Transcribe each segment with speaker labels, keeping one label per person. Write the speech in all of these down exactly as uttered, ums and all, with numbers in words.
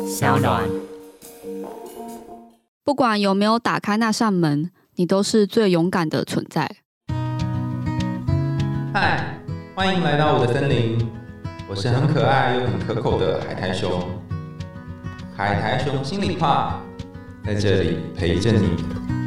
Speaker 1: 小暖。
Speaker 2: 不管有没有打开那扇门，你都是最勇敢的存在。
Speaker 3: 嗨，欢迎来到我的森林，我是很可爱又很可口的海苔熊。海苔熊心里话，在这里陪着你。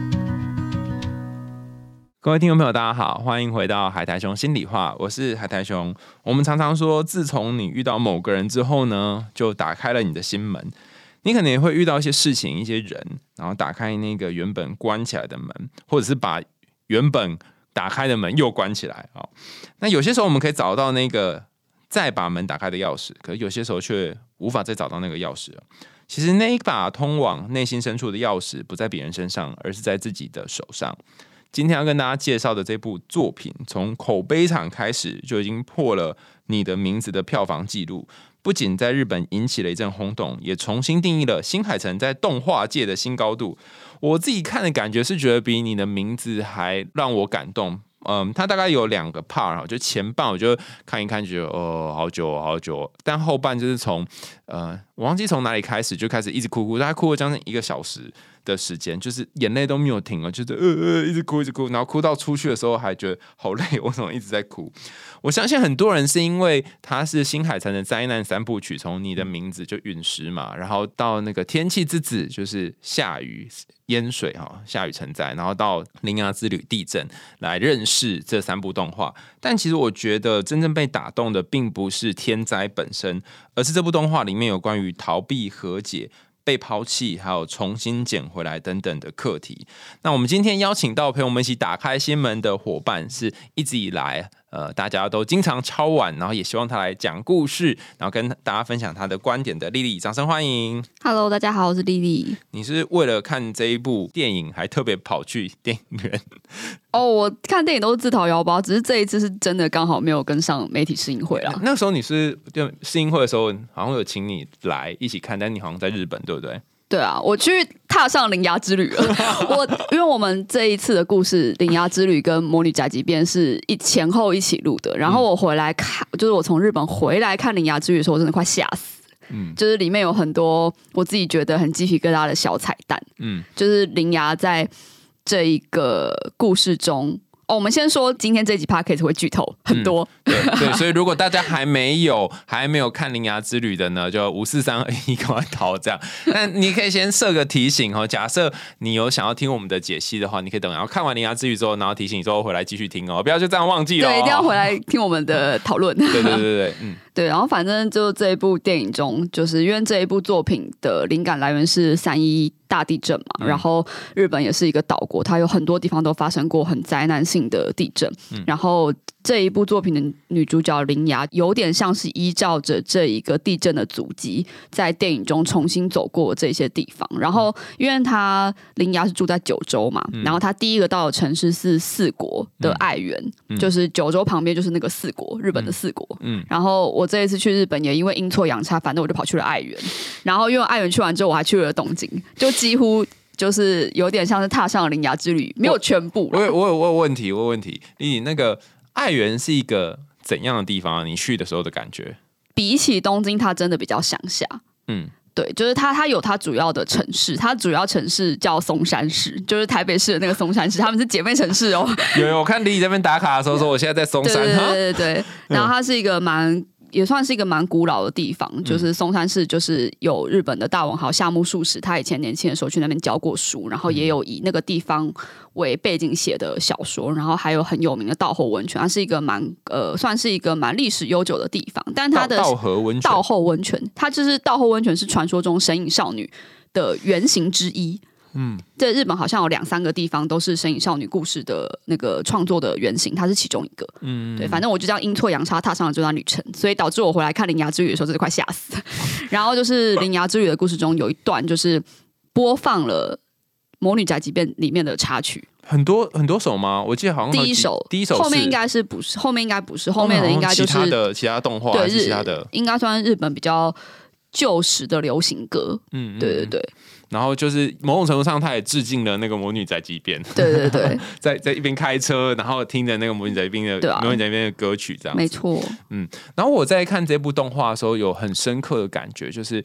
Speaker 3: 各位听众朋友，大家好，欢迎回到海苔熊心里话，我是海苔熊。我们常常说，自从你遇到某个人之后呢，就打开了你的心门。你可能也会遇到一些事情、一些人，然后打开那个原本关起来的门，或者是把原本打开的门又关起来。那有些时候我们可以找到那个再把门打开的钥匙，可是有些时候却无法再找到那个钥匙了。其实那一把通往内心深处的钥匙不在别人身上，而是在自己的手上。今天要跟大家介绍的这部作品，从口碑场开始就已经破了你的名字的票房纪录，不仅在日本引起了一阵轰动，也重新定义了新海诚在动画界的新高度。我自己看的感觉是觉得比你的名字还让我感动。嗯，它大概有两个 part， 就前半我就看一看，觉得哦，好久好久，但后半就是从呃，我忘记从哪里开始就开始一直哭哭，大概哭了将近一个小时的时间，就是眼泪都没有停了，就是呃呃一直哭一直哭，然后哭到出去的时候还觉得好累，为什么一直在哭？我相信很多人是因为它是新海诚的灾难三部曲，从你的名字就陨石嘛，然后到那个天气之子就是下雨淹水哈，下雨成灾，然后到铃芽之旅地震来认识这三部动画。但其实我觉得真正被打动的并不是天灾本身，而是这部动画里面有关于逃避、和解、被抛弃还有重新捡回来等等的课题。那我们今天邀请到陪我们一起打开心门的伙伴，是一直以来呃大家都经常敲碗，然后也希望他来讲故事，然后跟大家分享他的观点的莉莉，掌声欢迎。
Speaker 2: Hello， 大家好，我是莉莉。
Speaker 3: 你是为了看这一部电影还特别跑去电影院？
Speaker 2: 哦，我看电影都是自掏腰包，只是这一次是真的刚好没有跟上媒体试映会啦。
Speaker 3: 那时候你是试映会的时候好像有请你来一起看，但你好像在日本对不对？
Speaker 2: 对啊，我去踏上铃芽之旅了。我因为我们这一次的故事《铃芽之旅》跟《魔女宅急便》是一前后一起录的，然后我回来看，就是我从日本回来看《铃芽之旅》的时候，我真的快吓死。嗯，就是里面有很多我自己觉得很鸡皮疙瘩的小彩蛋。嗯，就是铃芽在这一个故事中。哦、我们先说今天这集 podcast 会剧透很多、
Speaker 3: 嗯、对, 对，所以如果大家还没有还没有看铃芽之旅的呢，就五四三二一赶快逃这样。那你可以先设个提醒哦，假设你有想要听我们的解析的话，你可以等然后看完铃芽之旅之后，然后提醒你之后回来继续听哦，不要就这样忘记了、哦、
Speaker 2: 对，一定要回来听我们的讨论。
Speaker 3: 对对对对，嗯，
Speaker 2: 对，然后反正就这一部电影中，就是因为这一部作品的灵感来源是三一大地震嘛、嗯，然后日本也是一个岛国，它有很多地方都发生过很灾难性的地震，嗯、然后这一部作品的女主角铃芽有点像是依照着这一个地震的足迹，在电影中重新走过这些地方。然后因为她铃芽是住在九州嘛、嗯，然后她第一个到的城市是四国的爱媛、嗯，就是九州旁边就是那个四国，日本的四国。嗯，然后我这一次去日本也因为阴错阳差，反正我就跑去了爱媛。然后因为爱媛去完之后，我还去了东京，就几乎就是有点像是踏上了铃芽之旅，没有全部。
Speaker 3: 我有我有我有问题，我有问题。你那个爱媛是一个怎样的地方啊？你去的时候的感觉？
Speaker 2: 比起东京，它真的比较乡下。嗯。对，就是它，它有它主要的城市，它主要城市叫松山市，就是台北市的那个松山市，他们是姐妹城市哦。
Speaker 3: 有有，我看李李这边打卡的时候说，我现在在松山。
Speaker 2: 对对对 对, 对，然后它是一个蛮。也算是一个蛮古老的地方，就是松山市，就是有日本的大文豪夏目漱石，他以前年轻的时候去那边教过书，然后也有以那个地方为背景写的小说，然后还有很有名的稻后温泉，它是一个蛮呃，算是一个蛮历史悠久的地方。但它的
Speaker 3: 稻荷温泉，
Speaker 2: 稻后温泉，它就是稻后温泉是传说中神隐少女的原型之一。嗯，在日本好像有两三个地方都是神隐少女故事的那个创作的原型，它是其中一个。嗯，对，反正我就这样阴错阳差踏上了这段旅程，所以导致我回来看《铃芽之旅》的时候，真的快吓死。然后就是《铃芽之旅》的故事中有一段就是播放了《魔女宅急便》里面的插曲。
Speaker 3: 很多很多首吗？我记得好像
Speaker 2: 第一首，
Speaker 3: 第一首
Speaker 2: 后面应该是不是？后面应该不是，后面的应该就是、
Speaker 3: 哦、其他的其他动画，对，其他的
Speaker 2: 应该算是日本比较旧时的流行歌。嗯，对对对。
Speaker 3: 然后就是某种程度上，他也致敬了那个《魔女宅急便》。
Speaker 2: 对对对，
Speaker 3: 在在一边开车，然后听着那个《魔女宅急便》的《啊、魔女宅急便》的歌曲，这样子。
Speaker 2: 没错。
Speaker 3: 嗯，然后我在看这部动画的时候，有很深刻的感觉，就是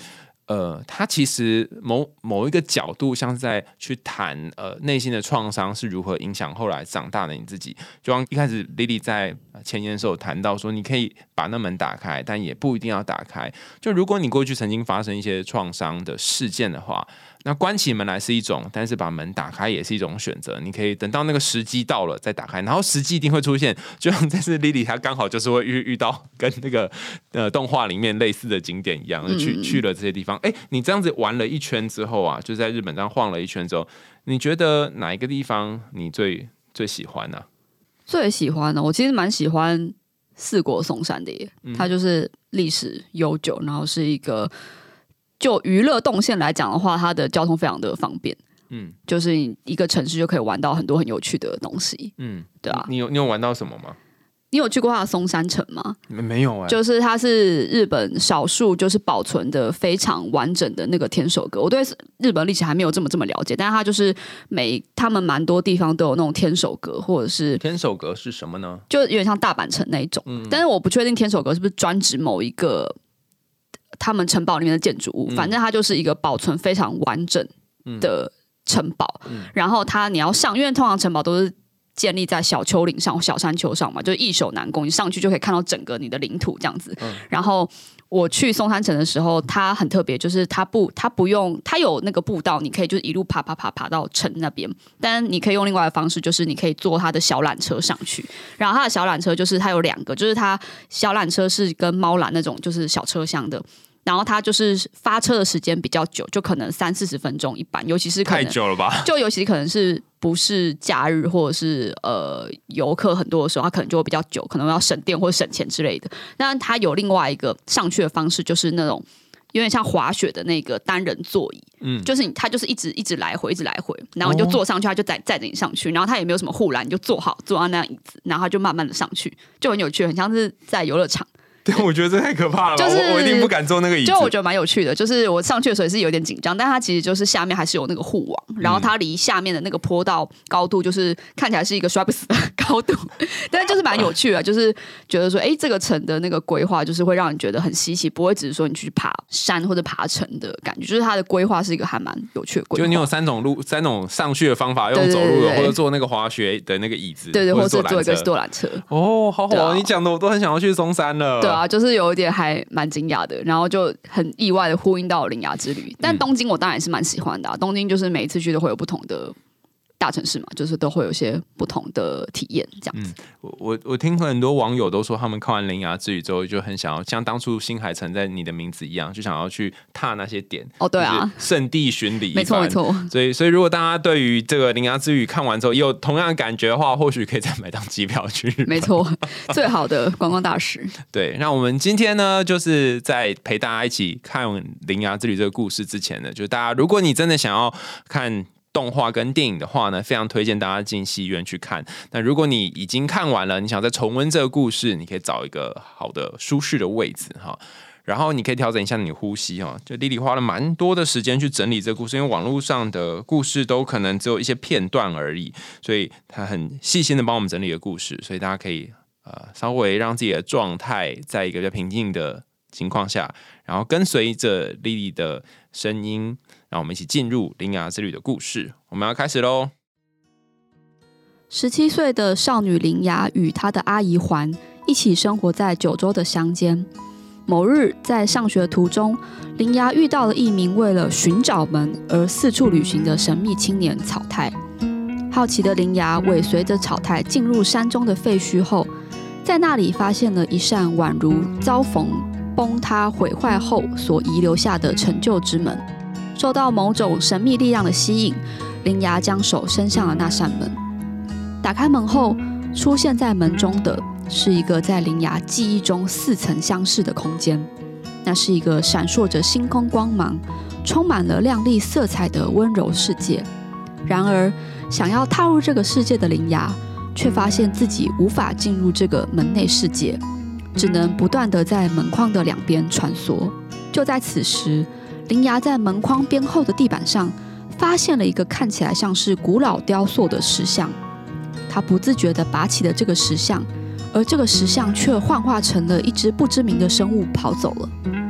Speaker 3: 呃，他其实某某一个角度，像是在去谈呃内心的创伤是如何影响后来长大的你自己。就像一开始 Lily 在前言的时候谈到说，你可以把那门打开，但也不一定要打开。就如果你过去曾经发生一些创伤的事件的话，那关起门来是一种，但是把门打开也是一种选择。你可以等到那个时机到了再打开，然后时机一定会出现。就像这次 Lily 她刚好就是会遇遇到跟那个呃动画里面类似的景点一样，就去去了这些地方。哎，你这样子玩了一圈之后啊，就在日本这样晃了一圈之后，你觉得哪一个地方你最最喜欢呢、啊？
Speaker 2: 最喜欢的，我其实蛮喜欢四国松山的耶，嗯、它就是历史悠久，然后是一个。就娱乐动线来讲的话，它的交通非常的方便，嗯，就是一个城市就可以玩到很多很有趣的东西，嗯，对啊。
Speaker 3: 你有你有玩到什么吗？
Speaker 2: 你有去过它的松山城吗？
Speaker 3: 没没有哎、欸，
Speaker 2: 就是它是日本少数就是保存的非常完整的那个天守阁。我对日本历史还没有这么这么了解，但是它就是每他们蛮多地方都有那种天守阁，或者是
Speaker 3: 天守阁是什么呢？
Speaker 2: 就有点像大阪城那一种，嗯、但是我不确定天守阁是不是专指某一个。他们城堡里面的建筑物，反正它就是一个保存非常完整的城堡。嗯嗯、然后它你要上，因为通常城堡都是建立在小丘陵上、小山丘上嘛，就是易守难攻，你上去就可以看到整个你的领土这样子。嗯、然后我去松山城的时候，它很特别，就是它不，它不用，它有那个步道，你可以就是一路爬爬爬爬到城那边。但你可以用另外的方式，就是你可以坐它的小缆车上去。然后它的小缆车就是它有两个，就是它小缆车是跟猫缆那种，就是小车厢的。然后它就是发车的时间比较久，就可能三四十分钟一班，尤其是可能
Speaker 3: 太久了吧？
Speaker 2: 就尤其可能是不是假日或者是呃游客很多的时候，它可能就会比较久，可能要省电或者省钱之类的。但它有另外一个上去的方式，就是那种有点像滑雪的那个单人座椅，嗯，就是你它就是一直一直来回，一直来回，然后你就坐上去，它就载载着你上去，然后它也没有什么护栏，你就坐好坐到那样椅子，然后它就慢慢的上去，就很有趣，很像是在游乐场。
Speaker 3: 对，我觉得这太可怕了吧，就是、我, 我一定不敢坐那个椅子。
Speaker 2: 就我觉得蛮有趣的，就是我上去的时候也是有点紧张，但它其实就是下面还是有那个护网，然后它离下面的那个坡道高度就是看起来是一个摔不死的高度，但是就是蛮有趣的，就是觉得说，哎，这个城的那个规划就是会让你觉得很稀奇，不会只是说你去爬山或者爬城的感觉，就是它的规划是一个还蛮有趣的规划。
Speaker 3: 就你有三种路，三种上去的方法，用走路的，对对对，或者坐那个滑雪的那个椅子，
Speaker 2: 对对，或者坐一个坐缆车。
Speaker 3: 哦，好好、啊，你讲的我都很想要去松山了。
Speaker 2: 对啊，就是有一点。还蛮惊讶的，然后就很意外的呼应到铃芽之旅。但东京我当然也是蛮喜欢的、啊，东京就是每一次去都会有不同的大城市嘛，就是都会有一些不同的体验这样子。嗯、
Speaker 3: 我我听很多网友都说，他们看完铃芽之旅之后，就很想要像当初新海诚在你的名字一样，就想要去踏那些点。
Speaker 2: 哦，对啊，
Speaker 3: 圣地巡礼，
Speaker 2: 没错没错。
Speaker 3: 所以所以如果大家对于这个铃芽之旅看完之后也有同样的感觉的话，或许可以再买张机票去日本。
Speaker 2: 没错，最好的观光大使。
Speaker 3: 对，那我们今天呢，就是在陪大家一起看铃芽之旅这个故事之前呢，就是大家如果你真的想要看动画跟电影的话呢，非常推荐大家进戏院去看。那如果你已经看完了，你想再重温这个故事，你可以找一个好的舒适的位置哈。然后你可以调整一下你的呼吸哈。就莉莉花了蛮多的时间去整理这个故事，因为网络上的故事都可能只有一些片段而已，所以她很细心的帮我们整理了故事，所以大家可以呃稍微让自己的状态在一个比较平静的情况下，然后跟随着莉莉的声音，让我们一起进入铃芽之旅的故事。我们要开始咯。
Speaker 2: 十七岁的少女铃芽与她的阿姨环一起生活在九州的乡间。某日在上学途中，铃芽遇到了一名为了寻找门而四处旅行的神秘青年草太。好奇的铃芽尾随着草太进入山中的废墟后，在那里发现了一扇宛如遭逢崩塌毁坏后所遗留下的陈旧之门。受到某种神秘力量的吸引，铃芽将手伸向了那扇门。打开门后，出现在门中的是一个在铃芽记忆中似曾相识的空间。那是一个闪烁着星空光芒，充满了亮丽色彩的温柔世界。然而，想要踏入这个世界的铃芽，却发现自己无法进入这个门内世界，只能不断地在门框的两边穿梭。就在此时，铃芽在门框边后的地板上发现了一个看起来像是古老雕塑的石像。她不自觉地拔起了这个石像，而这个石像却幻化成了一只不知名的生物跑走了。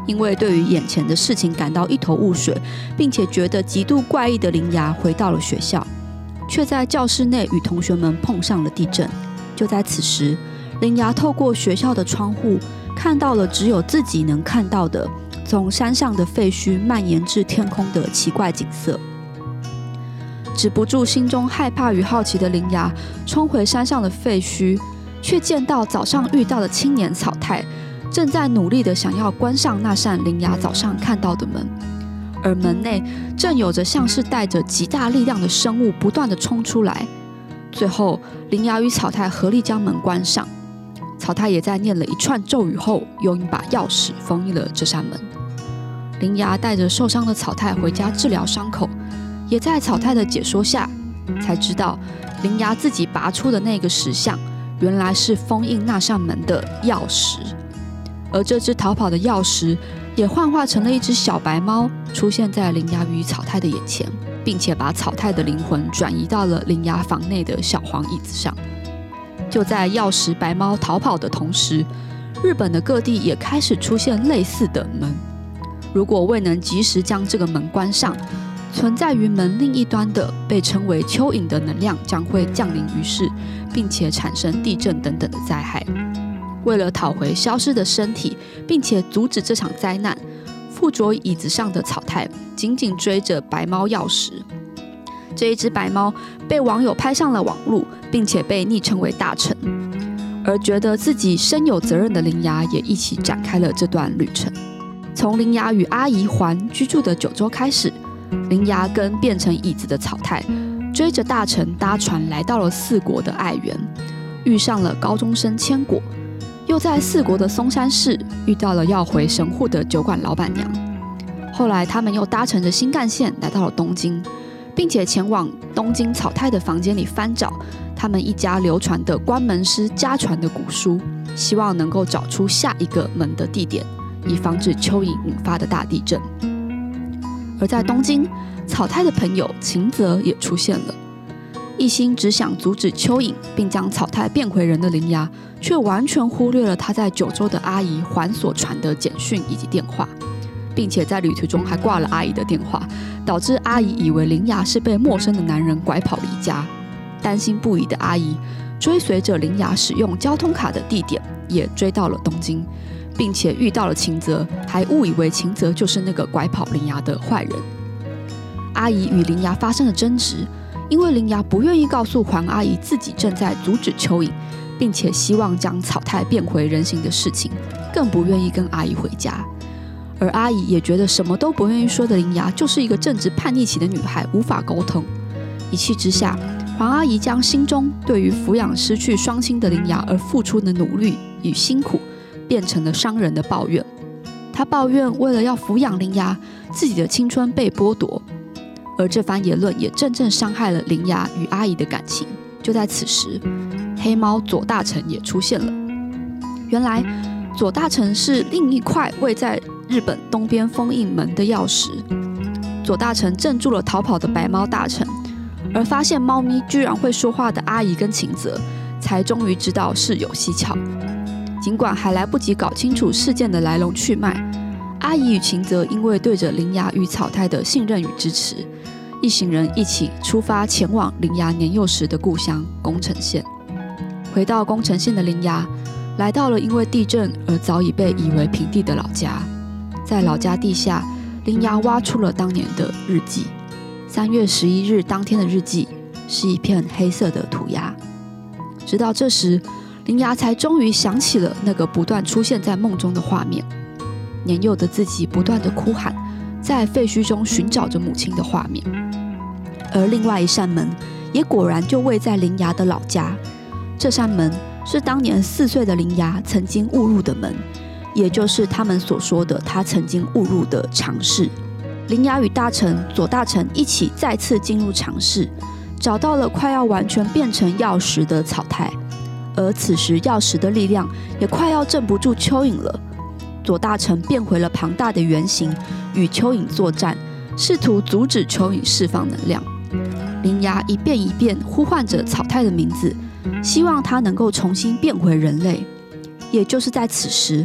Speaker 1: 因为对于眼前的事情感到一头雾水，并且觉得极度怪异的铃芽回到了学校，却在教室内与同学们碰上了地震。就在此时，铃芽透过学校的窗户看到了只有自己能看到的从山上的废墟蔓延至天空的奇怪景色。止不住心中害怕与好奇的铃芽冲回山上的废墟，却见到早上遇到的青年草太正在努力地想要关上那扇铃芽早上看到的门，而门内正有着像是带着极大力量的生物不断地冲出来。最后，铃芽与草太合力将门关上。草太也在念了一串咒语后，用一把钥匙封印了这扇门。铃芽带着受伤的草太回家治疗伤口，也在草太的解说下，才知道铃芽自己拔出的那个石像，原来是封印那扇门的钥匙。而这只逃跑的钥匙，也幻化成了一只小白猫，出现在铃芽与草太的眼前，并且把草太的灵魂转移到了铃芽房内的小黄椅子上。就在钥匙白猫逃跑的同时，日本的各地也开始出现类似的门。如果未能及时将这个门关上，存在于门另一端的被称为蚯蚓的能量将会降临于世，并且产生地震等等的灾害。为了讨回消失的身体，并且阻止这场灾难，附着椅子上的草太紧紧追着白猫钥匙。这一只白猫被网友拍上了网路，并且被昵称为大臣。而觉得自己深有责任的铃芽也一起展开了这段旅程。从铃芽与阿姨环居住的九州开始，铃芽跟变成椅子的草太追着大臣搭船来到了四国的爱媛，遇上了高中生千果，又在四国的松山市遇到了要回神户的酒馆老板娘。后来他们又搭乘着新干线来到了东京，并且前往东京草太的房间里翻找他们一家流传的关门师家传的古书，希望能够找出下一个门的地点，以防止蚯蚓引发的大地震。而在东京，草太的朋友晴泽也出现了，一心只想阻止蚯蚓并将草太变回人的铃芽，却完全忽略了他在九州的阿姨环所传的简讯以及电话，并且在旅途中还挂了阿姨的电话，导致阿姨以为铃芽是被陌生的男人拐跑离家。担心不已的阿姨追随着铃芽使用交通卡的地点，也追到了东京，并且遇到了晴泽，还误以为晴泽就是那个拐跑铃芽的坏人。阿姨与铃芽发生了争执，因为铃芽不愿意告诉黄阿姨自己正在阻止蚯蚓，并且希望将草太变回人形的事情，更不愿意跟阿姨回家。而阿姨也觉得什么都不愿意说的铃芽就是一个正值叛逆期的女孩，无法沟通。一气之下，黄阿姨将心中对于抚养失去双亲的铃芽而付出的努力与辛苦，变成了伤人的抱怨。她抱怨为了要抚养铃芽，自己的青春被剥夺，而这番言论也正正伤害了铃芽与阿姨的感情。就在此时，黑猫左大臣也出现了。原来左大臣是另一块位在日本东边封印门的钥匙。左大臣镇住了逃跑的白猫大臣，而发现猫咪居然会说话的阿姨跟晴泽，才终于知道事有蹊跷。尽管还来不及搞清楚事件的来龙去脉，阿姨与晴泽因为对着铃芽与草太的信任与支持，一行人一起出发前往铃芽年幼时的故乡宫城县。回到宫城县的铃芽，来到了因为地震而早已被夷为平地的老家。在老家地下，铃芽挖出了当年的日记。三月十一日当天的日记是一片黑色的涂鸦。直到这时，铃芽才终于想起了那个不断出现在梦中的画面，年幼的自己不断的哭喊，在废墟中寻找着母亲的画面。而另外一扇门也果然就位在铃芽的老家，这扇门是当年四岁的铃芽曾经误入的门，也就是他们所说的他曾经误入的常室。铃芽与大臣左大臣一起再次进入常室，找到了快要完全变成药石的草太，而此时药石的力量也快要镇不住蚯蚓了。左大臣变回了庞大的原型，与蚯蚓作战，试图阻止蚯蚓释放能量。铃芽一遍一遍呼唤着草太的名字，希望他能够重新变回人类。也就是在此时，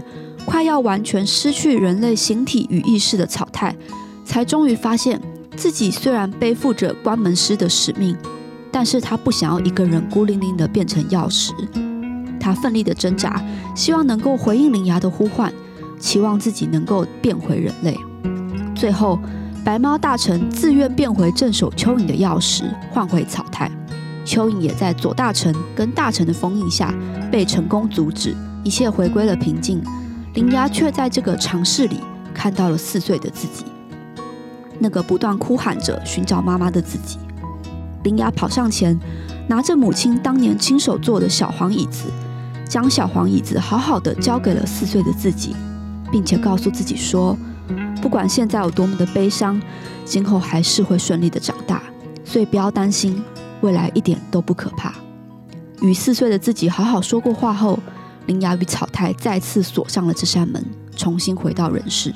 Speaker 1: 快要完全失去人类形体与意识的草太，才终于发现自己虽然背负着关门师的使命，但是他不想要一个人孤零零的变成药石。他奋力的挣扎，希望能够回应铃芽的呼唤，期望自己能够变回人类。最后，白猫大臣自愿变回镇守蚯蚓的药石，换回草太。蚯蚓也在左大臣跟大臣的封印下被成功阻止，一切回归了平静。铃芽却在这个尝试里看到了四岁的自己，那个不断哭喊着寻找妈妈的自己。铃芽跑上前，拿着母亲当年亲手做的小黄椅子，将小黄椅子好好的交给了四岁的自己，并且告诉自己说，不管现在有多么的悲伤，今后还是会顺利的长大，所以不要担心，未来一点都不可怕。与四岁的自己好好说过话后，铃芽与草太再次锁上了这扇门，重新回到人世。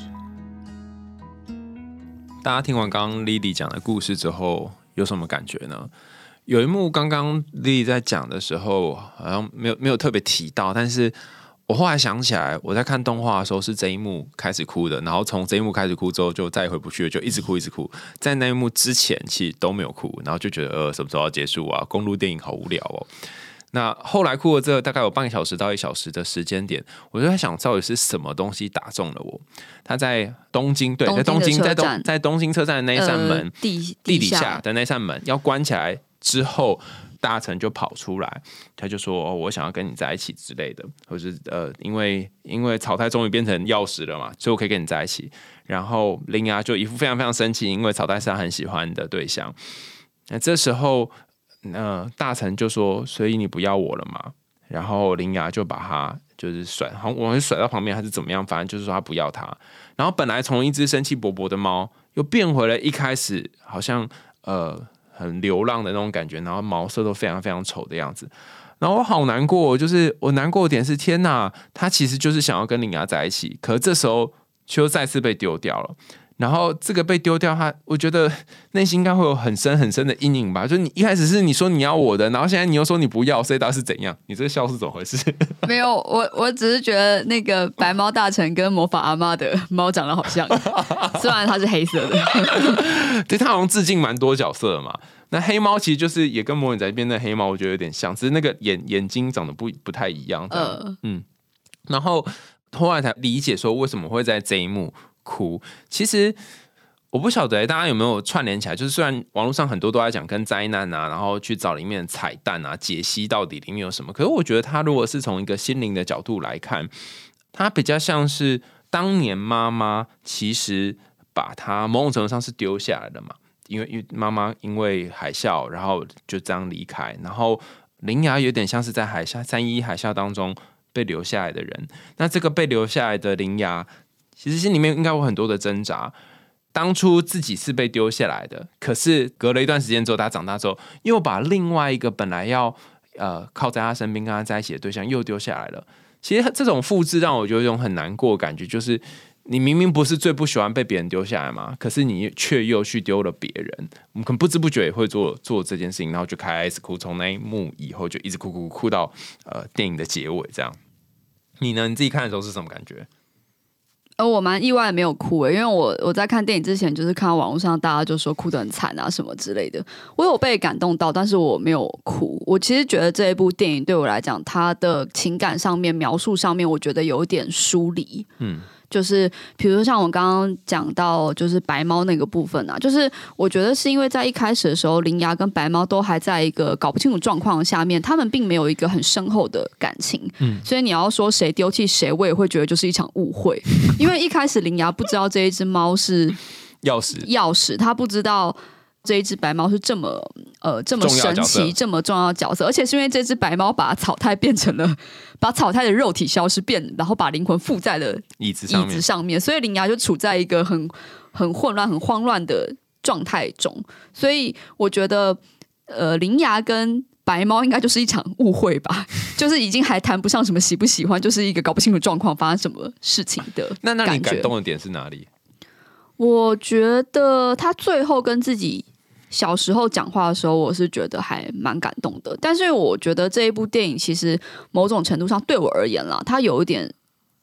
Speaker 3: 大家听完刚刚 Lily 讲的故事之后，有什么感觉呢？有一幕刚刚 Lily 在讲的时候，好像没有没有特别提到，但是我后来想起来，我在看动画的时候是这一幕开始哭的，然后从这一幕开始哭之后就再也回不去了，就一直哭一直哭。在那一幕之前其实都没有哭，然后就觉得呃什么时候要结束啊？公路电影好无聊哦。那后来哭了这大概有半个小时到一小时的时间点，我就在想到底是什么东西打中了我。他在东京，对，在东京，在东在东京车站的那一扇门，呃、
Speaker 1: 地
Speaker 3: 地底下的那扇门要关起来之后，大臣就跑出来，他就说、哦、我想要跟你在一起之类的，或是呃，因为因为草太终于变成药石了嘛，所以我可以跟你在一起。然后铃芽就一副非常非常生气，因为草太是他很喜欢的对象。那这时候。呃，大臣就说：“所以你不要我了嘛？”然后铃芽就把他就是甩，好像我们甩到旁边还是怎么样，反正就是说他不要他。然后本来从一只生气勃勃的猫，又变回了一开始好像呃很流浪的那种感觉，然后毛色都非常非常丑的样子。然后我好难过，就是我难过的点是，天哪，他其实就是想要跟铃芽在一起，可是这时候却又再次被丢掉了。然后这个被丢掉他，我觉得内心应该会有很深很深的阴影吧。就是你一开始是你说你要我的，然后现在你又说你不要，所以到底是怎样？你这个笑是怎么回事？
Speaker 2: 没有，我我只是觉得那个白猫大臣跟魔法阿妈的猫长得好像，虽然它是黑色的。
Speaker 3: 对，它好像致敬蛮多角色的嘛。那黑猫其实就是也跟魔女宅变的黑猫，我觉得有点像，只是那个眼眼睛长得不不太一样。呃，嗯，然后后来才理解说为什么会在这一幕哭。其实我不晓得大家有没有串联起来，就是虽然网络上很多都在讲跟灾难啊，然后去找里面的彩蛋啊，解析到底里面有什么，可是我觉得他如果是从一个心灵的角度来看，他比较像是当年妈妈其实把他某种程度上是丢下来的嘛，因为妈妈因为海啸然后就这样离开，然后铃芽有点像是在海啸三一一海啸当中被留下来的人。那这个被留下来的铃芽其实心里面应该有很多的挣扎，当初自己是被丢下来的，可是隔了一段时间之后，他长大之后又把另外一个本来要呃靠在他身边跟他在一起的对象又丢下来了。其实这种复制让我有一种很难过的感觉，就是你明明不是最不喜欢被别人丢下来嘛，可是你却又去丢了别人。我们可能不知不觉也会做做这件事情，然后就开始哭，从那一幕以后就一直哭哭哭到呃电影的结尾这样。你呢？你自己看的时候是什么感觉？
Speaker 2: 呃，我蛮意外的没有哭诶，因为我我在看电影之前就是看到网络上大家就说哭得很惨啊什么之类的，我有被感动到，但是我没有哭。我其实觉得这一部电影对我来讲，它的情感上面描述上面，我觉得有一点疏离。嗯。就是比如说像我刚刚讲到就是白猫那个部分啊，就是我觉得是因为在一开始的时候铃芽跟白猫都还在一个搞不清楚状况下面，他们并没有一个很深厚的感情、嗯、所以你要说谁丢弃谁，我也会觉得就是一场误会。因为一开始铃芽不知道这一只猫是
Speaker 3: 钥匙
Speaker 2: 钥匙，他不知道这一只白猫是这么呃这么神奇这么重要的角色，而且是因为这只白猫把草太变成了把草太的肉体消失变，然后把灵魂附在了
Speaker 3: 椅子上面，
Speaker 2: 椅子上面，所以铃芽就处在一个很很混乱很慌乱的状态中。所以我觉得呃铃芽跟白猫应该就是一场误会吧，就是已经还谈不上什么喜不喜欢，就是一个搞不清楚状况发生什么事情的感觉。
Speaker 3: 那那你感动的点是哪里？
Speaker 2: 我觉得他最后跟自己小时候讲话的时候，我是觉得还蛮感动的。但是我觉得这一部电影其实某种程度上对我而言啦，它有一点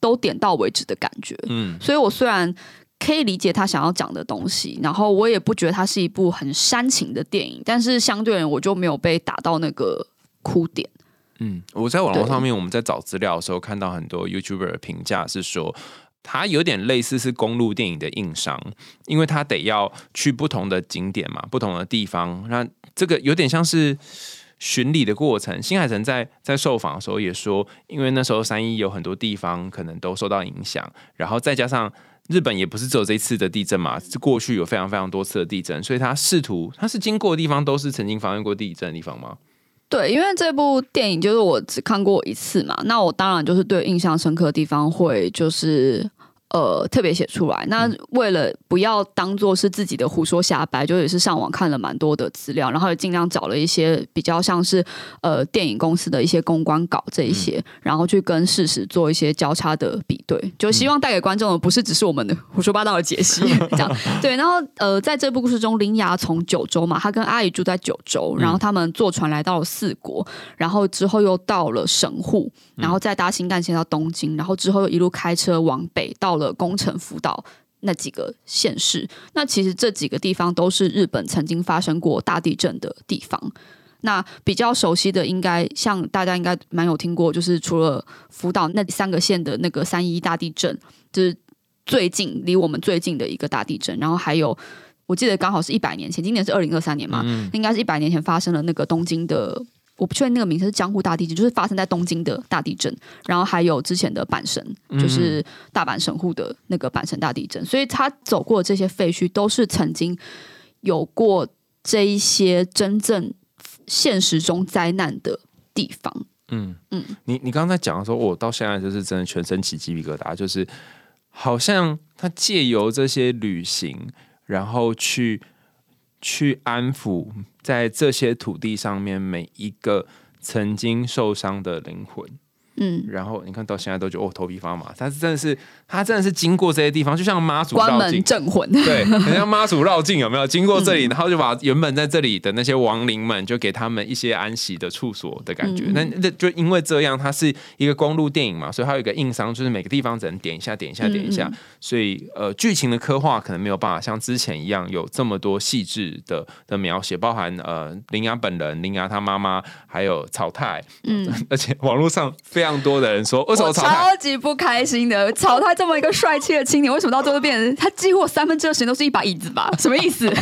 Speaker 2: 都点到为止的感觉。嗯，所以我虽然可以理解他想要讲的东西，然后我也不觉得它是一部很煽情的电影，但是相对人我就没有被打到那个哭点。
Speaker 3: 嗯，我在网络上面我们在找资料的时候看到很多 YouTuber 的评价是说，它有点类似是公路电影的硬伤，因为它得要去不同的景点嘛，不同的地方，那这个有点像是巡礼的过程。新海诚在在受访的时候也说，因为那时候三一有很多地方可能都受到影响，然后再加上日本也不是只有这一次的地震嘛，过去有非常非常多次的地震，所以他试图他是经过的地方都是曾经发生过地震的地方吗？
Speaker 2: 对，因为这部电影就是我只看过一次嘛，那我当然就是对印象深刻的地方会就是呃特别写出来。那为了不要当做是自己的胡说瞎掰，就也是上网看了蛮多的资料，然后也尽量找了一些比较像是呃电影公司的一些公关稿这一些，嗯、然后去跟事实做一些交叉的比对，就希望带给观众的不是只是我们的胡说八道的解析，这样对。然后呃，在这部故事中，铃芽从九州嘛，她跟阿姨住在九州，然后他们坐船来到了四国，然后之后又到了神户，然后再搭新干线到东京，然后之后又一路开车往北到了宫城福岛那几个县市。那其实这几个地方都是日本曾经发生过大地震的地方。那比较熟悉的应该像大家应该蛮有听过，就是除了福岛那三个县的那个三一一大地震，就是最近离我们最近的一个大地震，然后还有我记得刚好是一百年前，今年是二零二三年嘛、嗯、应该是一百年前发生了那个东京的，我不确定那个名字是江户大地震，就是发生在东京的大地震，然后还有之前的阪神，就是大阪神户的那个阪神大地震，所以他走过的这些废墟都是曾经有过这一些真正现实中灾难的地方。
Speaker 3: 嗯嗯，你你刚才讲的时候，我到现在就是真的全身起鸡皮疙瘩，就是好像他借由这些旅行，然后去去安抚在这些土地上面每一个曾经受伤的灵魂。嗯，然后你看到现在都觉得哦头皮发麻，他是真的是他真的是经过这些地方，就像妈祖绕境，
Speaker 2: 关门镇魂，
Speaker 3: 对，很像妈祖绕境，有没有经过这里、嗯，然后就把原本在这里的那些亡灵们，就给他们一些安息的处所的感觉。那、嗯、就因为这样，它是一个公路电影嘛，所以它有一个硬伤，就是每个地方只能点一下、点一下、点一下，嗯、所以呃，剧情的刻画可能没有办法像之前一样有这么多细致的的描写，包含呃铃芽本人、铃芽他妈妈，还有草太，嗯，而且网络上非非常多的人说，为什么草太？
Speaker 2: 我超级不开心的。草太这么一个帅气的青年，为什么到最后变成他几乎三分之二时间都是一把椅子吧？什么意思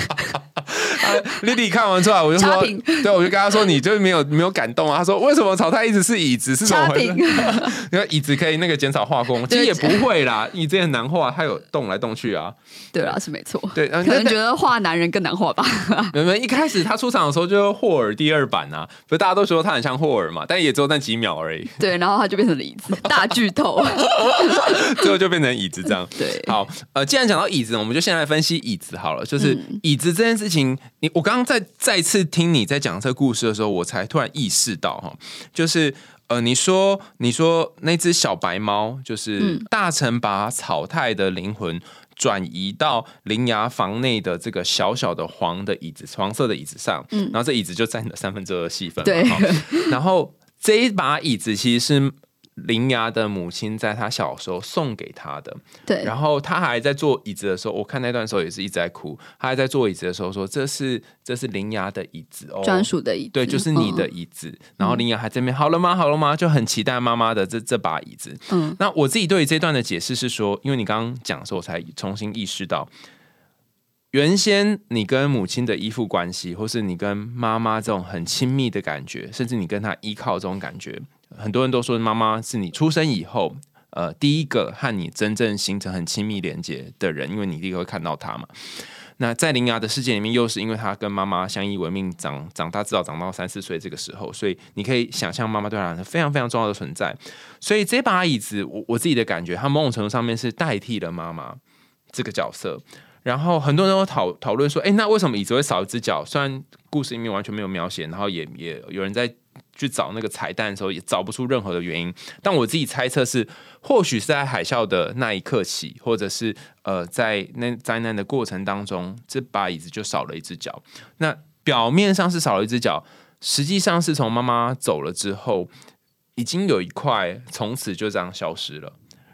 Speaker 3: ？Lily 看完出来，我就说，对，我就跟他说，你就是没有没有感动啊？他说，为什么草太一直是椅子？是怎么回事？因为椅子可以那个减少画工，其实也不会啦，椅子很难画，它有动来动去啊。
Speaker 2: 对啦，是没错。
Speaker 3: 对，
Speaker 2: 可能觉得画男人更难画吧。
Speaker 3: 没有，一开始他出场的时候就是霍尔第二版啊，不是大家都说他很像霍尔嘛，但也只有那几秒而已。
Speaker 2: 对，然后他就变成了椅子，大剧透，
Speaker 3: 最后就变成椅子这样。
Speaker 2: 对，
Speaker 3: 好，呃，既然讲到椅子，我们就先来分析椅子好了。就是椅子这件事情，你我刚刚在再次听你在讲这个故事的时候，我才突然意识到哈，就是呃，你说你说那只小白猫，就是大臣把草太的灵魂转移到铃芽房内的这个小小的黄的椅子，黄色的椅子上，嗯、然后这椅子就占了三分之二的戏份。
Speaker 2: 对，
Speaker 3: 然后这一把椅子其实是铃芽的母亲在她小时候送给她的。
Speaker 2: 对，
Speaker 3: 然后她还在坐椅子的时候，我看那段时候也是一直在哭。她还在坐椅子的时候说：“这是这是铃芽的椅子哦，
Speaker 2: 专属的椅子，
Speaker 3: 对，就是你的椅子。嗯”然后铃芽还在那边好了吗？好了吗？就很期待妈妈的这这把椅子。嗯，那我自己对于这段的解释是说，因为你刚刚讲的时候，我才重新意识到。原先你跟母亲的依附关系，或是你跟妈妈这种很亲密的感觉，甚至你跟她依靠这种感觉，很多人都说妈妈是你出生以后，呃，第一个和你真正形成很亲密连接的人，因为你第一个会看到她嘛。那在铃芽的世界里面，又是因为她跟妈妈相依为命，长长大至少长到三四岁这个时候，所以你可以想象妈妈对她是非常非常重要的存在。所以这把椅子，我我自己的感觉，它某种程度上面是代替了妈妈这个角色。然后很多人都讨讨论说，哎，那为什么椅子会少一只脚？虽然故事里面完全没有描写，然后也也有人在去找那个彩蛋的时候，也找不出任何的原因。但我自己猜测是，或许是在海啸的那一刻起，或者是呃，在那灾难的过程当中，这把椅子就少了一只脚。那表面上是少了一只脚，实际上是从妈妈走了之后，已经有一块从此就这样消失了。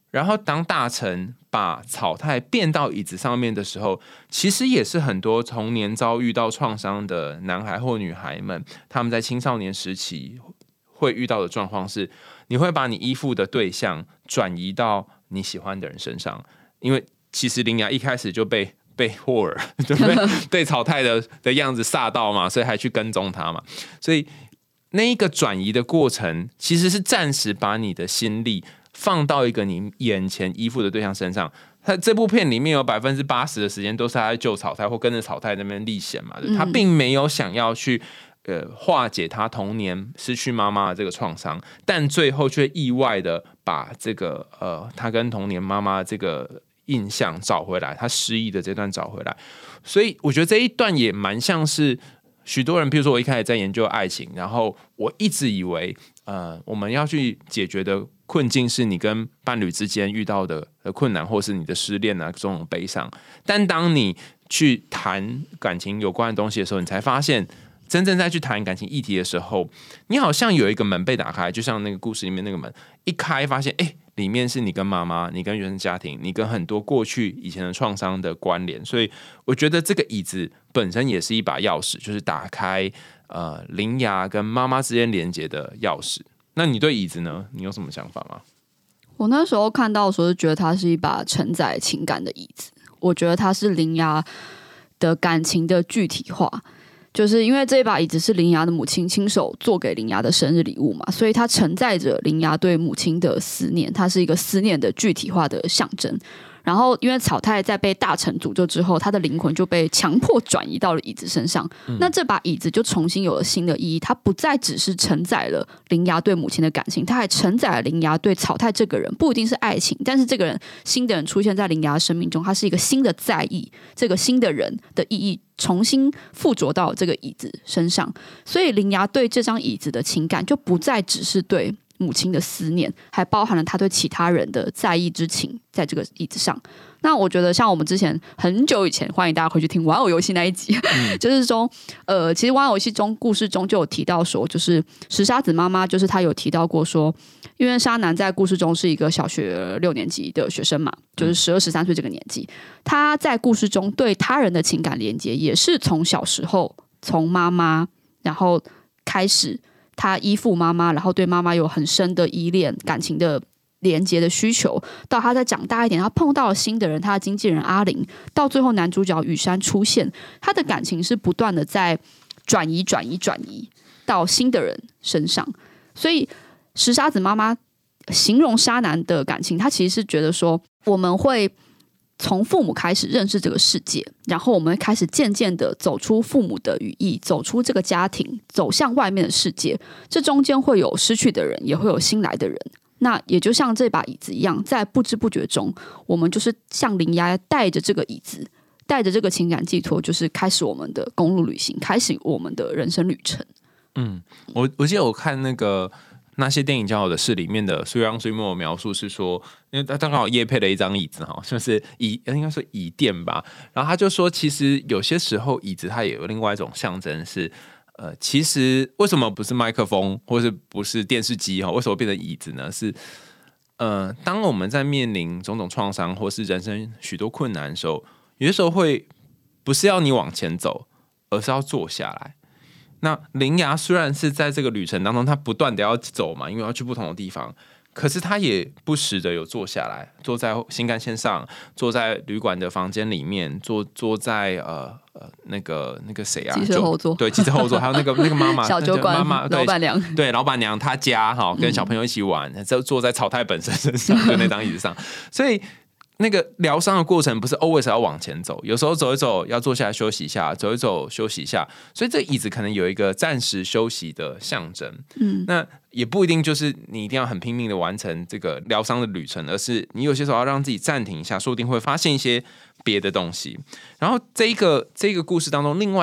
Speaker 3: 然后当大臣把草太变到椅子上面的时候，其实也是很多童年遭遇到创伤的男孩或女孩们，他们在青少年时期会遇到的状况是，你会把你依附的对象转移到你喜欢的人身上，因为其实铃芽一开始就被被霍尔就被被草太的的样子煞到嘛，所以还去跟踪他嘛，所以那一个转移的过程其实是暂时把你的心力放到一个你眼前依附的对象身上。他这部片里面有百分之八十的时间都是他在救草太或跟着草太那边历险嘛，他并没有想要去呃化解他童年失去妈妈的这个创伤，但最后却意外的把这个呃他跟童年妈妈这个印象找回来，他失忆的这段找回来。所以我觉得这一段也蛮像是许多人，譬如说我一开始在研究爱情，然后我一直以为呃我们要去解决的困境是你跟伴侣之间遇到的困难，或是你的失恋啊这种悲伤，但当你去谈感情有关的东西的时候，你才发现真正在去谈感情议题的时候，你好像有一个门被打开，就像那个故事里面那个门一开，发现哎，里面是你跟妈妈，你跟原生家庭，你跟很多过去以前的创伤的关联。所以我觉得这个椅子本身也是一把钥匙，就是打开呃铃芽跟妈妈之间连接的钥匙。那你对椅子呢？你有什么想法吗？
Speaker 2: 我那时候看到的时候，就觉得它是一把承载情感的椅子。我觉得它是铃芽的感情的具体化，就是因为这把椅子是铃芽的母亲亲手做给铃芽的生日礼物嘛，所以它承载着铃芽对母亲的思念，它是一个思念的具体化的象征。然后因为草太在被大臣诅咒之后，他的灵魂就被强迫转移到了椅子身上、嗯、那这把椅子就重新有了新的意义，它不再只是承载了铃芽对母亲的感情，它还承载了铃芽对草太这个人，不一定是爱情，但是这个人新的人出现在铃芽的生命中，他是一个新的在意，这个新的人的意义重新附着到这个椅子身上，所以铃芽对这张椅子的情感就不再只是对母亲的思念，还包含了他对其他人的在意之情在这个椅子上。那我觉得像我们之前很久以前，欢迎大家回去听玩偶游戏那一集、嗯、就是说呃，其实玩偶游戏中故事中就有提到说，就是石沙子妈妈就是她有提到过说，因为沙男在故事中是一个小学六年级的学生嘛，就是十二十三岁这个年纪，他在故事中对他人的情感连接也是从小时候从妈妈然后开始，他依附妈妈，然后对妈妈有很深的依恋感情的连结的需求，到他再长大一点，他碰到了新的人，他的经纪人阿玲，到最后男主角雨山出现，他的感情是不断的在转移转移转移到新的人身上。所以石沙子妈妈形容沙男的感情，他其实是觉得说，我们会从父母开始认识这个世界，然后我们开始渐渐的走出父母的羽翼，走出这个家庭，走向外面的世界，这中间会有失去的人，也会有新来的人。那也就像这把椅子一样，在不知不觉中，我们就是像铃芽带着这个椅子，带着这个情感寄托，就是开始我们的公路旅行，开始我们的人生旅程。
Speaker 3: 嗯，我我记得我看那个那些电影较好的事里面的虽让虽莫描述是说，因为他刚好业配了一张椅子哈，就是椅应该说椅垫吧，然后他就说，其实有些时候椅子它也有另外一种象征是。呃，其实为什么不是麦克风，或是不是电视机哈？为什么变成椅子呢？是呃，当我们在面临种种创伤，或是人生许多困难的时候，有些时候会不是要你往前走，而是要坐下来。那铃芽虽然是在这个旅程当中，他不断的要走嘛，因为要去不同的地方，可是他也不时的有坐下来，坐在新干线上，坐在旅馆的房间里面，坐坐在呃呃那个那个谁啊，
Speaker 2: 汽车后座，
Speaker 3: 对，汽车后座，还有那个那个妈妈，
Speaker 2: 小酒馆，妈妈，老板娘，
Speaker 3: 对，老板娘她家哈，跟小朋友一起玩，就、嗯、坐在草太本身身上，就那张椅子上，所以。那个疗伤的过程不是 always 要往前走，有时候走一走要坐下来休息一下，走一走休息一下，所以这椅子可能有一个暂时休息的象征。嗯，那也不一定就是你一定要很拼命的完成这个疗伤的旅程，而是你有些时候要让自己暂停一下，说不定会发现一些别的东西。然后这一个这个故事当中，另外一个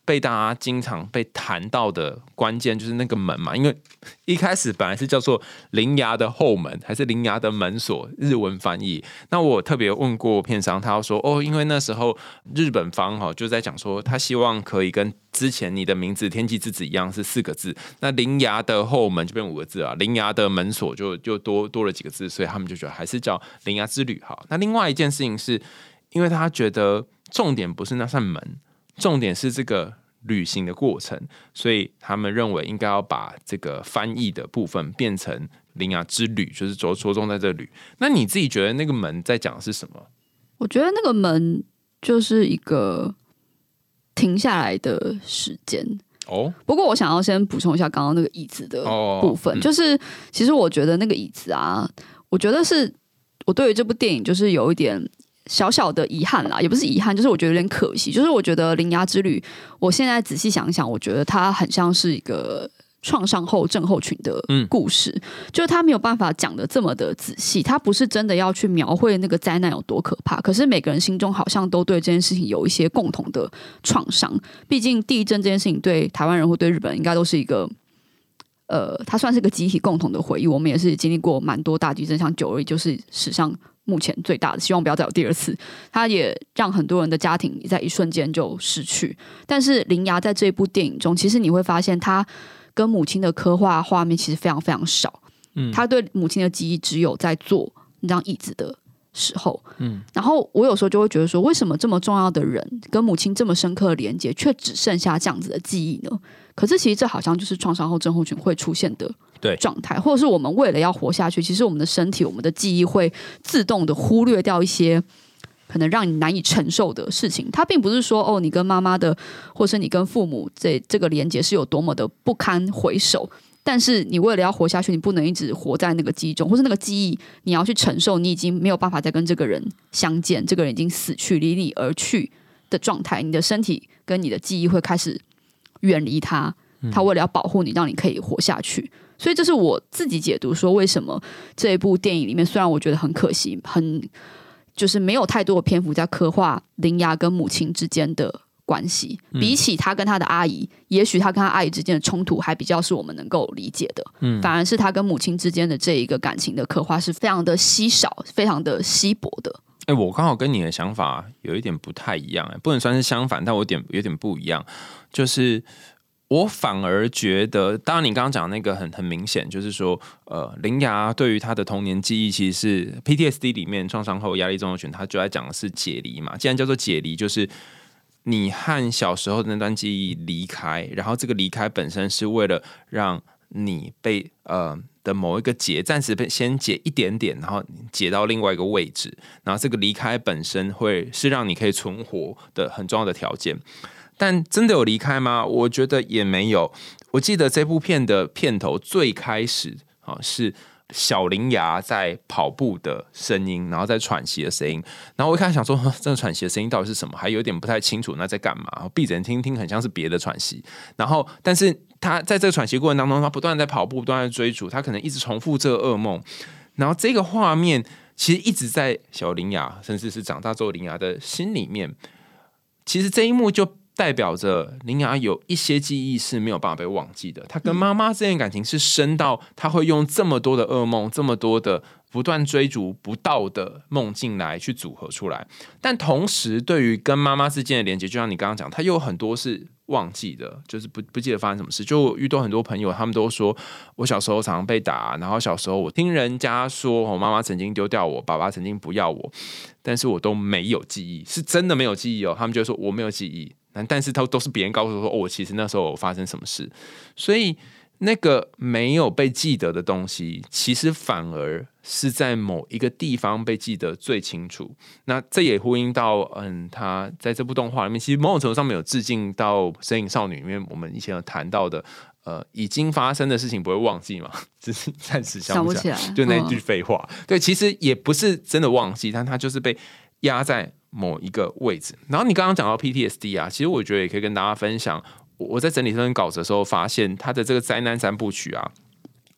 Speaker 3: 被大家经常被谈到的关键就是那个门嘛，因为一开始本来是叫做铃芽的后门，还是铃芽的门锁，日文翻译。那我特别问过片商，他说哦，因为那时候日本方哈就在讲说，他希望可以跟之前你的名字天气之子一样是四个字，那铃芽的后门就变五个字啊，铃芽的门锁就就多多了几个字，所以他们就觉得还是叫铃芽之旅好。那另外一件事情是，因为他觉得重点不是那扇门。重点是这个旅行的过程，所以他们认为应该要把这个翻译的部分变成铃芽之旅，就是着着重在这旅。那你自己觉得那个门在讲的是什么？
Speaker 2: 我觉得那个门就是一个停下来的时间哦。不过我想要先补充一下刚刚那个椅子的部分，哦嗯、就是其实我觉得那个椅子啊，我觉得是我对于这部电影就是有一点。小小的遗憾啦，也不是遗憾，就是我觉得有点可惜。就是我觉得《铃芽之旅》，我现在仔细想想，我觉得它很像是一个创伤后症候群的故事，嗯、就是它没有办法讲的这么的仔细，它不是真的要去描绘那个灾难有多可怕。可是每个人心中好像都对这件事情有一些共同的创伤。毕竟地震这件事情对台湾人或对日本人应该都是一个。呃，它算是个集体共同的回忆。我们也是经历过蛮多大地震，像九二一就是史上目前最大的，希望不要再有第二次。它也让很多人的家庭在一瞬间就失去。但是铃芽在这一部电影中，其实你会发现，他跟母亲的刻画画面其实非常非常少。嗯，他对母亲的记忆只有在坐那张椅子的时候。嗯，然后我有时候就会觉得说，为什么这么重要的人跟母亲这么深刻的连接，却只剩下这样子的记忆呢？可是其实这好像就是创伤后症候群会出现的状态，或者是我们为了要活下去，其实我们的身体、我们的记忆会自动的忽略掉一些可能让你难以承受的事情。它并不是说哦，你跟妈妈的，或是你跟父母这这个连接是有多么的不堪回首，但是你为了要活下去，你不能一直活在那个记忆中，或是那个记忆你要去承受，你已经没有办法再跟这个人相见，这个人已经死去，离你而去的状态，你的身体跟你的记忆会开始远离他，他为了要保护你，让你可以活下去。所以这是我自己解读说，为什么这一部电影里面，虽然我觉得很可惜，很就是没有太多的篇幅在刻画铃芽跟母亲之间的关系，比起他跟他的阿姨，也许他跟他阿姨之间的冲突还比较是我们能够理解的，嗯，反而是他跟母亲之间的这一个感情的刻画是非常的稀少，非常的稀薄的。
Speaker 3: 哎、欸，我刚好跟你的想法有一点不太一样、欸，不能算是相反，但我有点有点不一样，就是我反而觉得，当然你刚刚讲那个很很明显，就是说，呃，铃芽对于他的童年记忆，其实是 P T S D 里面创伤后压力症候群，他就在讲的是解离嘛。既然叫做解离，就是你和小时候的那段记忆离开，然后这个离开本身是为了让你被呃。的某一个结暂时先解一点点，然后解到另外一个位置，然后这个离开本身会是让你可以存活的很重要的条件。但真的有离开吗？我觉得也没有。我记得这部片的片头最开始、啊、是小铃芽在跑步的声音，然后在喘息的声音，然后我一开始想说这个喘息的声音到底是什么，还有点不太清楚那在干嘛，闭着眼听听很像是别的喘息，然后但是他在这个喘息过程当中，他不断在跑步，不断在追逐，他可能一直重复这个噩梦，然后这个画面其实一直在小铃芽甚至是长大之后铃芽的心里面，其实这一幕就代表着铃芽有一些记忆是没有办法被忘记的，他跟妈妈之间的感情是深到他会用这么多的噩梦，这么多的不断追逐不到的梦境来去组合出来，但同时对于跟妈妈之间的连接，就像你刚刚讲，他又有很多是忘记的，就是不不记得发生什么事。就遇到很多朋友，他们都说我小时候常常被打，然后小时候我听人家说我妈妈曾经丢掉我，爸爸曾经不要我，但是我都没有记忆，是真的没有记忆哦。他们就说我没有记忆，但是都是别人告诉我说，哦，我其实那时候有发生什么事，所以那个没有被记得的东西，其实反而是在某一个地方被记得最清楚。那这也呼应到，嗯，他在这部动画里面，其实某种程度上面有致敬到《神隐少女》里面我们以前有谈到的，呃，已经发生的事情不会忘记嘛，只是暂时想不起来，就那句废话。嗯、对，其实也不是真的忘记，但他就是被压在某一个位置。然后你刚刚讲到 P T S D 啊，其实我觉得也可以跟大家分享。我在整理这份稿子的时候，发现他的这个灾难三部曲啊，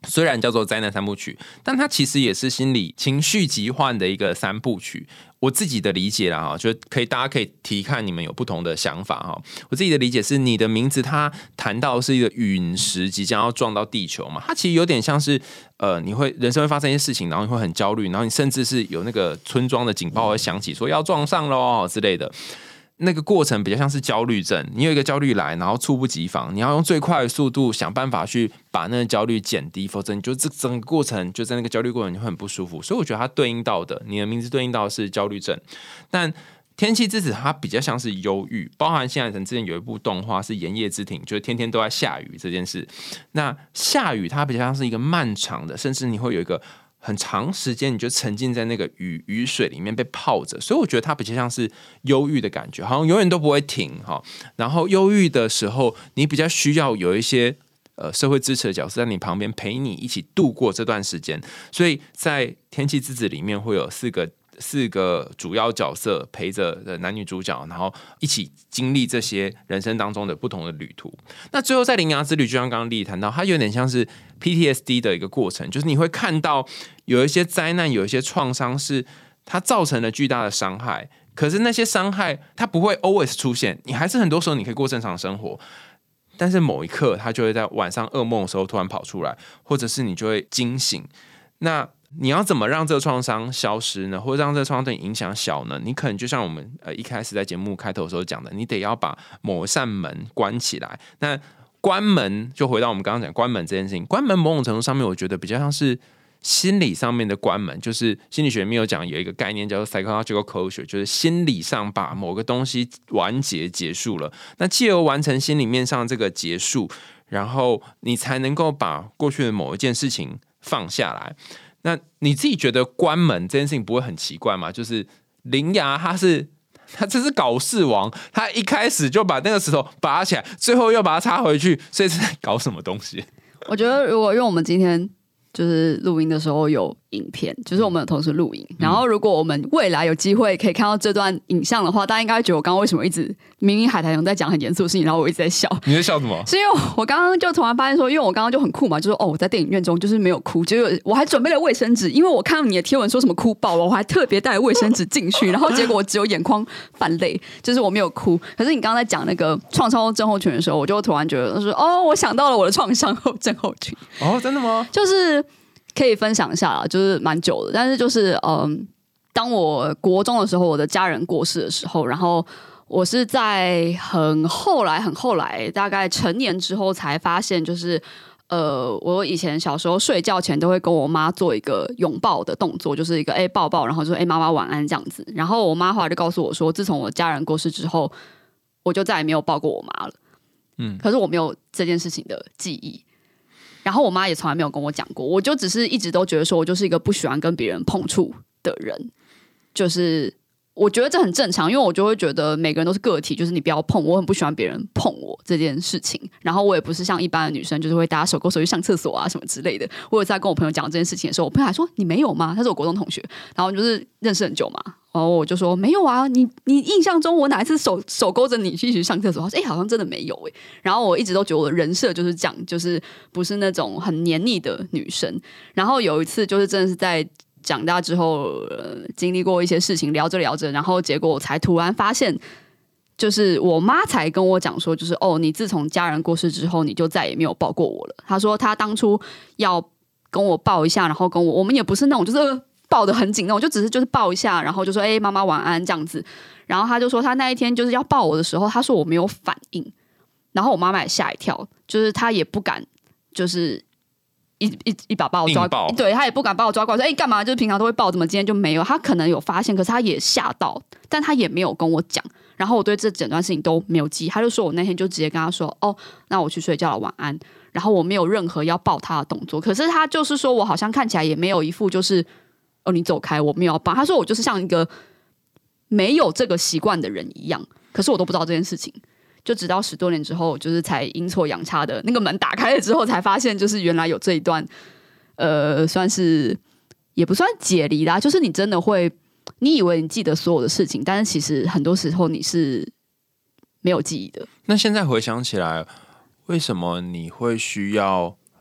Speaker 3: 虽然叫做灾难三部曲，但它其实也是心理情绪疾患的一个三部曲。我自己的理解啦，哈，就可以大家可以提看你们有不同的想法哈。我自己的理解是，你的名字它谈到的是一个陨石即将要撞到地球嘛，它其实有点像是呃，你会人生会发生一些事情，然后你会很焦虑，然后你甚至是有那个村庄的警报会响起，说要撞上咯之类的。那个过程比较像是焦虑症，你有一个焦虑来，然后猝不及防，你要用最快的速度想办法去把那个焦虑减低，否则你就这整个过程就在那个焦虑过程你会很不舒服。所以我觉得它对应到的，你的名字对应到的是焦虑症，但天气之子它比较像是忧郁，包含现在人之前有一部动画是《炎夜之庭》，就是天天都在下雨这件事。那下雨它比较像是一个漫长的，甚至你会有一个很长时间你就沉浸在那个雨雨水里面被泡着，所以我觉得它比较像是忧郁的感觉，好像永远都不会停哈。然后忧郁的时候，你比较需要有一些呃社会支持的角色在你旁边陪你一起度过这段时间，所以在《天气之子》里面会有四个。四个主要角色陪着男女主角，然后一起经历这些人生当中的不同的旅途。那最后在铃芽之旅，就像刚刚丽丽谈到，它有点像是 P T S D 的一个过程，就是你会看到有一些灾难，有一些创伤是它造成了巨大的伤害，可是那些伤害它不会 always 出现，你还是很多时候你可以过正常的生活，但是某一刻它就会在晚上噩梦的时候突然跑出来，或者是你就会惊醒。那你要怎么让这个创伤消失呢？或者让这个创伤对你影响小呢？你可能就像我们呃一开始在节目开头的时候讲的，你得要把某一扇门关起来。那关门就回到我们刚刚讲关门这件事情，关门某种程度上面，我觉得比较像是心理上面的关门，就是心理学里面有讲有一个概念叫做 psychological closure， 就是心理上把某个东西完结结束了。那藉由完成心里面上这个结束，然后你才能够把过去的某一件事情放下来。那你自己觉得关门这件事情不会很奇怪吗？就是铃芽他是他这是搞事王，他一开始就把那个石头拔起来，最后又把它插回去，所以是在搞什么东西？
Speaker 2: 我觉得如果因为我们今天就是录音的时候有影片，就是我们有同时录影、嗯、然后如果我们未来有机会可以看到这段影像的话，大家应该会觉得我刚刚为什么一直明明海苔熊在讲很严肃的事情，然后我一直在笑。
Speaker 3: 你在笑什么？
Speaker 2: 是因为我刚刚就突然发现说，因为我刚刚就很酷嘛，就是哦我在电影院中就是没有哭，结果我还准备了卫生纸，因为我看到你的贴文说什么哭爆了，我还特别带卫生纸进去，然后结果我只有眼眶泛泪，就是我没有哭。可是你刚刚在讲那个创伤症候群的时候，我就突然觉得说哦，我想到了我的创伤后症候群。
Speaker 3: 哦，真的吗？
Speaker 2: 就是可以分享一下啦，就是蛮久的，但是就是嗯，当我国中的时候，我的家人过世的时候，然后我是在很后来、很后来，大概成年之后才发现，就是呃，我以前小时候睡觉前都会跟我妈做一个拥抱的动作，就是一个哎、欸、抱抱，然后就说哎妈妈晚安这样子。然后我妈后来就告诉我说，自从我家人过世之后，我就再也没有抱过我妈了。嗯，可是我没有这件事情的记忆。然后我妈也从来没有跟我讲过，我就只是一直都觉得说我就是一个不喜欢跟别人碰触的人，就是我觉得这很正常，因为我就会觉得每个人都是个体，就是你不要碰我，很不喜欢别人碰我这件事情。然后我也不是像一般的女生，就是会大家手勾手去上厕所啊什么之类的。我有在跟我朋友讲这件事情的时候，我朋友还说你没有吗？他是我国中同学，然后就是认识很久嘛。然后我就说没有啊，你你印象中我哪一次手手勾着你一起去上厕所？他说哎、欸，好像真的没有哎、欸。然后我一直都觉得我的人设就是这样，就是不是那种很黏腻的女生。然后有一次就是真的是在长大之后、呃、经历过一些事情，聊着聊着，然后结果我才突然发现，就是我妈才跟我讲说，就是哦，你自从家人过世之后，你就再也没有抱过我了。她说她当初要跟我抱一下，然后跟我，我们也不是那种就是。呃抱得很紧那种，就只是就是抱一下，然后就说哎妈妈晚安这样子。然后他就说他那一天就是要抱我的时候，他说我没有反应，然后我妈妈也吓一跳，就是他也不敢就是一一一把把我抓，对他也不敢把我抓过来说哎干嘛？就是平常都会抱，怎么今天就没有？他可能有发现，可是他也吓到，但他也没有跟我讲。然后我对这整段事情都没有记忆，他就说我那天就直接跟他说哦，那我去睡觉了，晚安。然后我没有任何要抱他的动作，可是他就是说我好像看起来也没有一副就是。哦，你走开，我没有要帮。他说我就是像一个没有这个习惯的人一样，可是我都不知道这件事情。就直到十多年之后，就是才阴错阳差的那个门打开了之后，才发现就是原来有这一段，呃，算是也不算解离啦，就是你真的会，你以为你记得所有的事情，但是其实很多时候你是没有记忆的。
Speaker 3: 那现在回想起来，为什么你会需要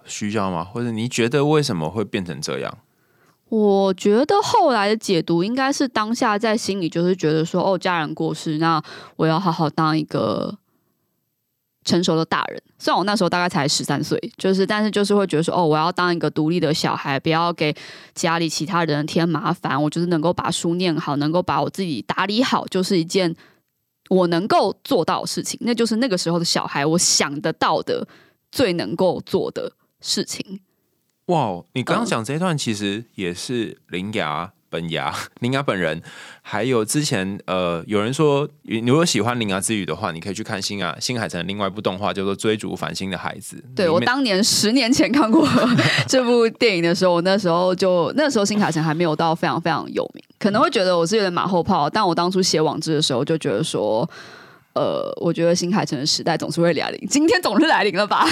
Speaker 3: 需要吗？或者你觉得为什么会变成这样？
Speaker 2: 我觉得后来的解读应该是当下在心里就是觉得说，哦，家人过世，那我要好好当一个成熟的大人。虽然我那时候大概才十三岁，就是但是就是会觉得说，哦，我要当一个独立的小孩，不要给家里其他人添麻烦。我就是能够把书念好，能够把我自己打理好，就是一件我能够做到的事情。那就是那个时候的小孩我想得到的最能够做的事情。
Speaker 3: 哇，你刚刚讲这一段其实也是铃芽本芽，铃芽本人，还有之前呃，有人说，你如果喜欢铃芽之语的话，你可以去看新啊新海诚的另外一部动画，叫做《追逐繁星的孩子》。
Speaker 2: 对，我当年十年前看过这部电影的时候，我那时候就那时候新海诚还没有到非常非常有名，可能会觉得我是有点马后炮，但我当初写网志的时候就觉得说。呃，我觉得新海诚的时代总是会来临，今天总是来临了吧？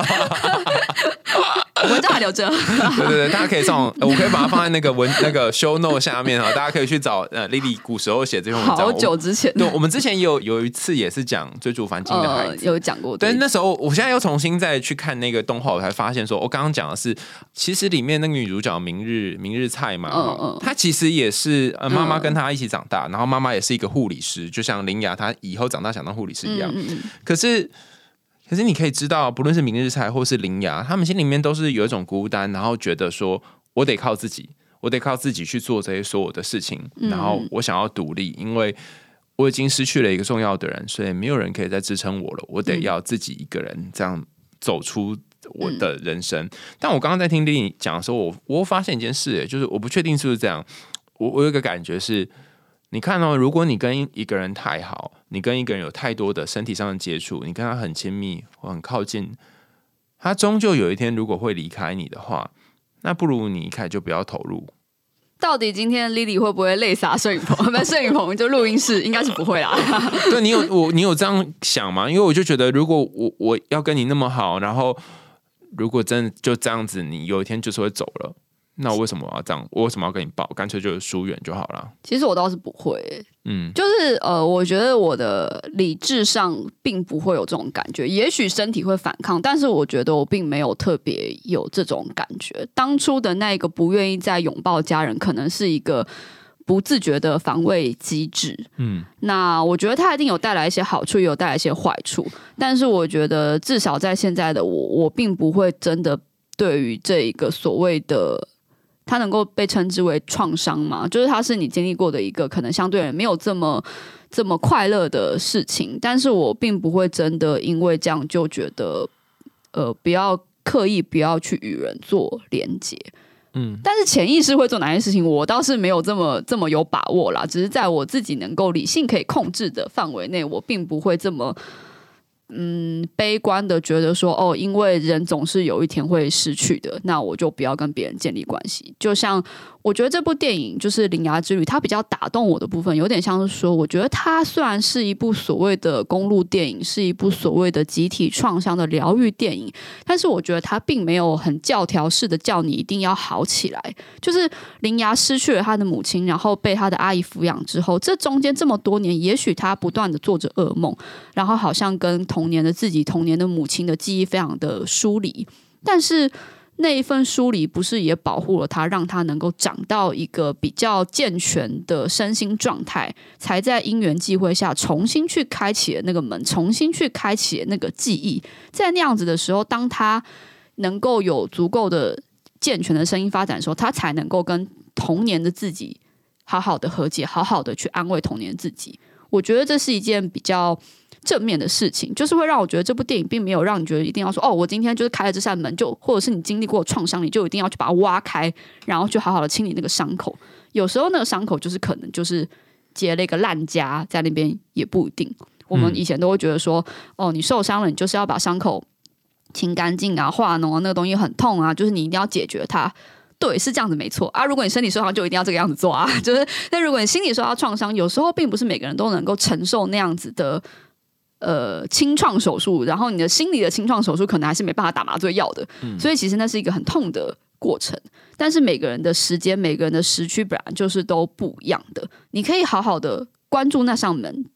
Speaker 2: 文章还留着。
Speaker 3: 对对对，大家可以上，呃、我可以把它放在那个文那个 show note 下面哈，大家可以去找呃 Lily 古时候写这篇文章。
Speaker 2: 好久之前，
Speaker 3: 对，我们之前有有一次也是讲追逐繁星的孩子，
Speaker 2: 呃、有讲过。
Speaker 3: 对，那时候我现在又重新再去看那个动画，我才发现说，我刚刚讲的是，其实里面那个女主角明日明日菜嘛，嗯嗯，她其实也是呃妈妈跟她一起长大，然后妈妈也是一个护理师，就像铃芽她以后长大想当护理师一样。嗯嗯嗯，可是。可是你可以知道，不论是明日菜或是铃芽，他们心里面都是有一种孤单，然后觉得说我得靠自己，我得靠自己去做这些所有的事情，然后我想要独立，因为我已经失去了一个重要的人，所以没有人可以再支撑我了，我得要自己一个人这样走出我的人生。嗯、但我刚刚在听丽讲的时候，我我发现一件事，就是我不确定是不是这样，我我有一个感觉是。你看哦，如果你跟一个人太好，你跟一个人有太多的身体上的接触，你跟他很亲密或很靠近，他终究有一天如果会离开你的话，那不如你一开始就不要投入。
Speaker 2: 到底今天 Lily 会不会泪洒摄影棚？不，摄影棚就录音室，应该是不会啦。
Speaker 3: 对，你有我，你有这样想吗？因为我就觉得，如果我我要跟你那么好，然后如果真的就这样子，你有一天就是会走了。那我为什么要这样？我为什么要跟你抱？干脆就疏远就好了。
Speaker 2: 其实我倒是不会、欸，嗯，就是呃，我觉得我的理智上并不会有这种感觉。也许身体会反抗，但是我觉得我并没有特别有这种感觉。当初的那个不愿意再拥抱家人，可能是一个不自觉的防卫机制。嗯，那我觉得它一定有带来一些好处，也有带来一些坏处。但是我觉得至少在现在的我，我并不会真的对于这一个所谓的。它能够被称之为创伤嘛？就是它是你经历过的一个可能相对人没有这么这么快乐的事情，但是我并不会真的因为这样就觉得呃不要刻意不要去与人做连结。嗯，但是潜意识会做哪些事情，我倒是没有这么这么有把握啦。只是在我自己能够理性可以控制的范围内，我并不会这么。嗯，悲观的觉得说，哦，因为人总是有一天会失去的，那我就不要跟别人建立关系。就像我觉得这部电影就是《铃芽之旅》，它比较打动我的部分，有点像是说，我觉得它虽然是一部所谓的公路电影，是一部所谓的集体创伤的疗愈电影，但是我觉得它并没有很教条式的叫你一定要好起来。就是铃芽失去了他的母亲，然后被他的阿姨抚养之后，这中间这么多年，也许他不断的做着噩梦，然后好像跟童年的自己、童年的母亲的记忆非常的疏离，但是那一份疏离不是也保护了他，让他能够长到一个比较健全的身心状态，才在因缘际会下重新去开启了那个门，重新去开启了那个记忆。在那样子的时候，当他能够有足够的健全的身心发展的时候，他才能够跟童年的自己好好的和解，好好的去安慰童年的自己。我觉得这是一件比较正面的事情，就是会让我觉得这部电影并没有让你觉得一定要说哦，我今天就是开了这扇门，就或者是你经历过创伤，你就一定要去把它挖开，然后去好好的清理那个伤口。有时候那个伤口就是可能就是结了一个烂痂在那边，也不一定。我们以前都会觉得说，哦，你受伤了，你就是要把伤口清干净啊，化脓啊，那个东西很痛啊，就是你一定要解决它。对，是这样子没错啊。如果你身体受伤，就一定要这个样子做啊。就是，但如果你心理受到创伤，有时候并不是每个人都能够承受那样子的。呃，清创手术，然后你的心理的清创手术可能还是没办法打麻醉药的，嗯、所以其实那是一个很痛的过程。但是每个人的时间，每个人的时区本来就是都不一样的。你可以好好的关注那扇门，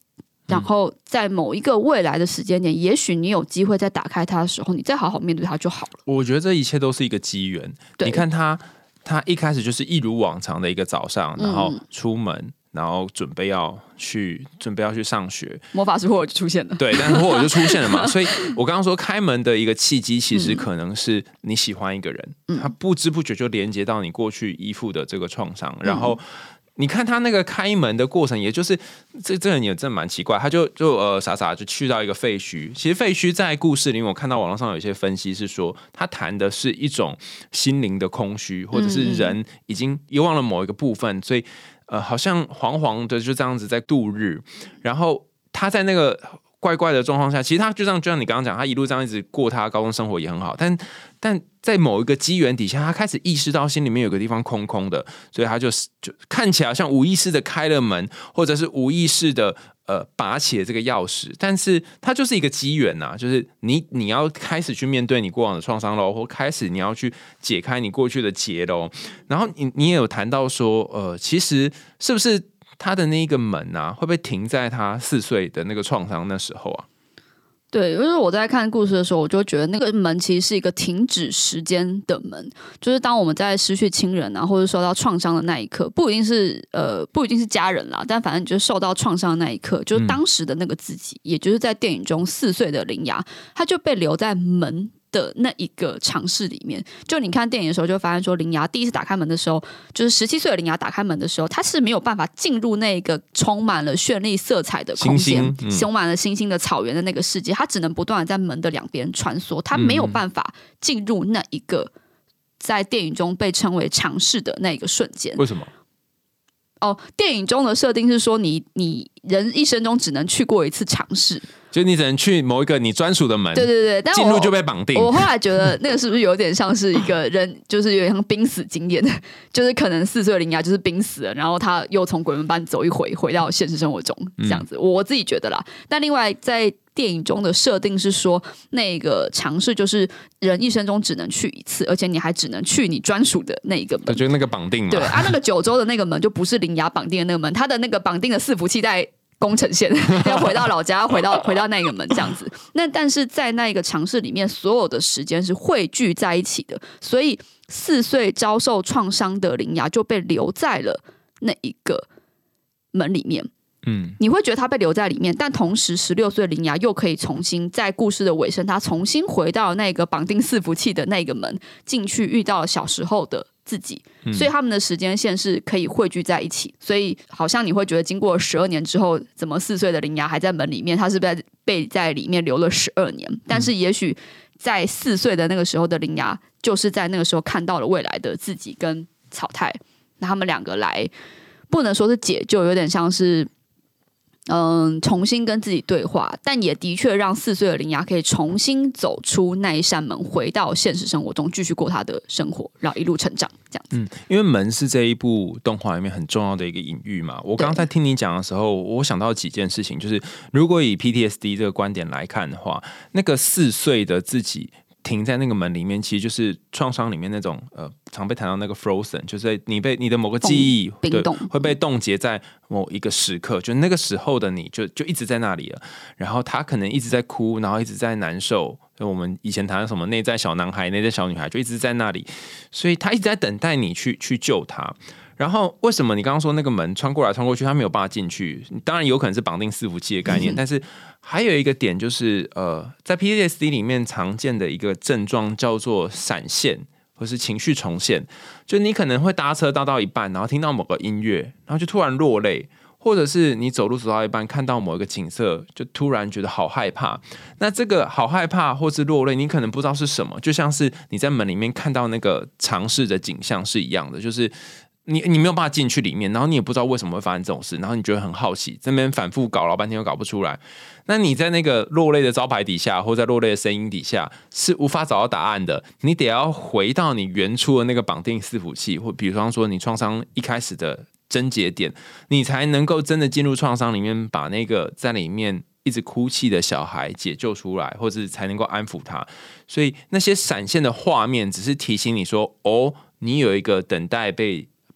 Speaker 1: 然后在某一个未来的时间点，也许你有机会再打开它的时候，你再好好面对它就好了。
Speaker 3: 我觉得这一切都是一个机缘。你看他，他一开始就是一如往常的一个早上，然后出门，嗯、然后准备要去准备要去上学，
Speaker 2: 魔法师霍尔就出现了。
Speaker 3: 对，但是霍尔就出现了嘛。所以我刚刚说开门的一个契机，其实可能是你喜欢一个人，嗯、他不知不觉就连接到你过去依附的这个创伤，然后。你看他那个开门的过程，也就是这这人也真的蛮奇怪，他就就呃傻傻就去到一个废墟。其实废墟在故事里面，我看到网络上有一些分析是说，他谈的是一种心灵的空虚，或者是人已经遗忘了某一个部分，所以呃好像惶惶的就这样子在度日。然后他在那个怪怪的状况下，其实他就像就像你刚刚讲，他一路这样一直过他高中生活也很好，但但在某一个机缘底下，他开始意识到心里面有个地方空空的，所以他就就看起来像无意识的开了门，或者是无意识的呃拔起了这个钥匙，但是它就是一个机缘呐，就是你你要开始去面对你过往的创伤喽，或开始你要去解开你过去的结喽。然后你你也有谈到说，呃，其实是不是他的那一个门啊，会不会停在他四岁的那个创伤那时候啊？
Speaker 2: 对，因为我在看故事的时候，我就觉得那个门其实是一个停止时间的门，就是当我们在失去亲人啊，或者受到创伤的那一刻，不一定是呃不一定是家人啦，但反正就是受到创伤的那一刻，就是当时的那个自己，嗯、也就是在电影中四岁的铃芽，他就被留在门的那一个尝试里面。就你看电影的时候就发现说，铃芽第一次打开门的时候，就是十七岁的铃芽打开门的时候，他是没有办法进入那个充满了绚丽色彩的空间，嗯、充满了星星的草原的那个世界，他只能不断的在门的两边穿梭，他没有办法进入那一个在电影中被称为尝试的那一个瞬间。
Speaker 3: 为什么？
Speaker 2: 哦，电影中的设定是说你，你人一生中只能去过一次尝试，
Speaker 3: 就你只能去某一个你专属的门，
Speaker 2: 对对对，但
Speaker 3: 进入就被绑定。
Speaker 2: 我后来觉得那个是不是有点像是一个人，就是有点像濒死经验，就是可能四岁的铃芽就是濒死了，然后他又从鬼门班走一回，回到现实生活中这样子。嗯、我自己觉得啦。但另外在电影中的设定是说，那个尝试就是人一生中只能去一次，而且你还只能去你专属的那一个门，
Speaker 3: 就是那个绑定嘛。
Speaker 2: 对啊，那个九州的那个门就不是铃芽绑定的那个门，它的那个绑定的伺服器在宫城县，要回到老家，要回到回到那个门这样子。那但是在那个尝试里面，所有的时间是汇聚在一起的，所以四岁遭受创伤的铃芽就被留在了那一个门里面。嗯，你会觉得他被留在里面，但同时十六岁的铃芽又可以重新在故事的尾声，他重新回到那个绑定伺服器的那个门进去，遇到了小时候的自己，所以他们的时间线是可以汇聚在一起。所以好像你会觉得经过十二年之后，怎么四岁的铃芽还在门里面，他是不是被在里面留了十二年？但是也许在四岁的那个时候的铃芽，就是在那个时候看到了未来的自己跟草太，那他们两个来不能说是解救，有点像是嗯，重新跟自己对话，但也的确让四岁的铃芽可以重新走出那一扇门，回到现实生活中，继续过他的生活，然后一路成长，这样子。
Speaker 3: 嗯，因为门是这一部动画里面很重要的一个隐喻嘛。我刚刚在听你讲的时候，我想到几件事情，就是如果以 P T S D 这个观点来看的话，那个四岁的自己停在那个门里面，其实就是创伤里面那种呃，常被谈到那个 frozen， 就是你被你的某个记忆
Speaker 2: 冰冻
Speaker 3: 会被冻结在某一个时刻，就那个时候的你就就一直在那里了。然后他可能一直在哭，然后一直在难受。就我们以前谈的什么内在小男孩、内在小女孩，就一直在那里，所以他一直在等待你去去救他。然后为什么你刚刚说那个门穿过来穿过去，他没有办法进去？当然有可能是绑定伺服器的概念，嗯、但是还有一个点就是，呃，在 P T S D 里面常见的一个症状叫做闪现，或是情绪重现。就你可能会搭车搭到一半，然后听到某个音乐，然后就突然落泪。或者是你走路走到一半看到某一个景色，就突然觉得好害怕。那这个好害怕或是落泪，你可能不知道是什么，就像是你在门里面看到那个尝试的景象是一样的，就是你你没有办法进去里面，然后你也不知道为什么会发生这种事，然后你觉得很好奇，这边反复搞老半天又搞不出来。那你在那个落泪的招牌底下，或在落泪的声音底下，是无法找到答案的。你得要回到你原初的那个绑定伺服器，或比方说你创伤一开始的症结点，你才能够真的进入创伤里面，把那个在里面一直哭泣的小孩解救出来，或者才能够安抚他。所以那些闪现的画面，只是提醒你说，哦，你有一个等待被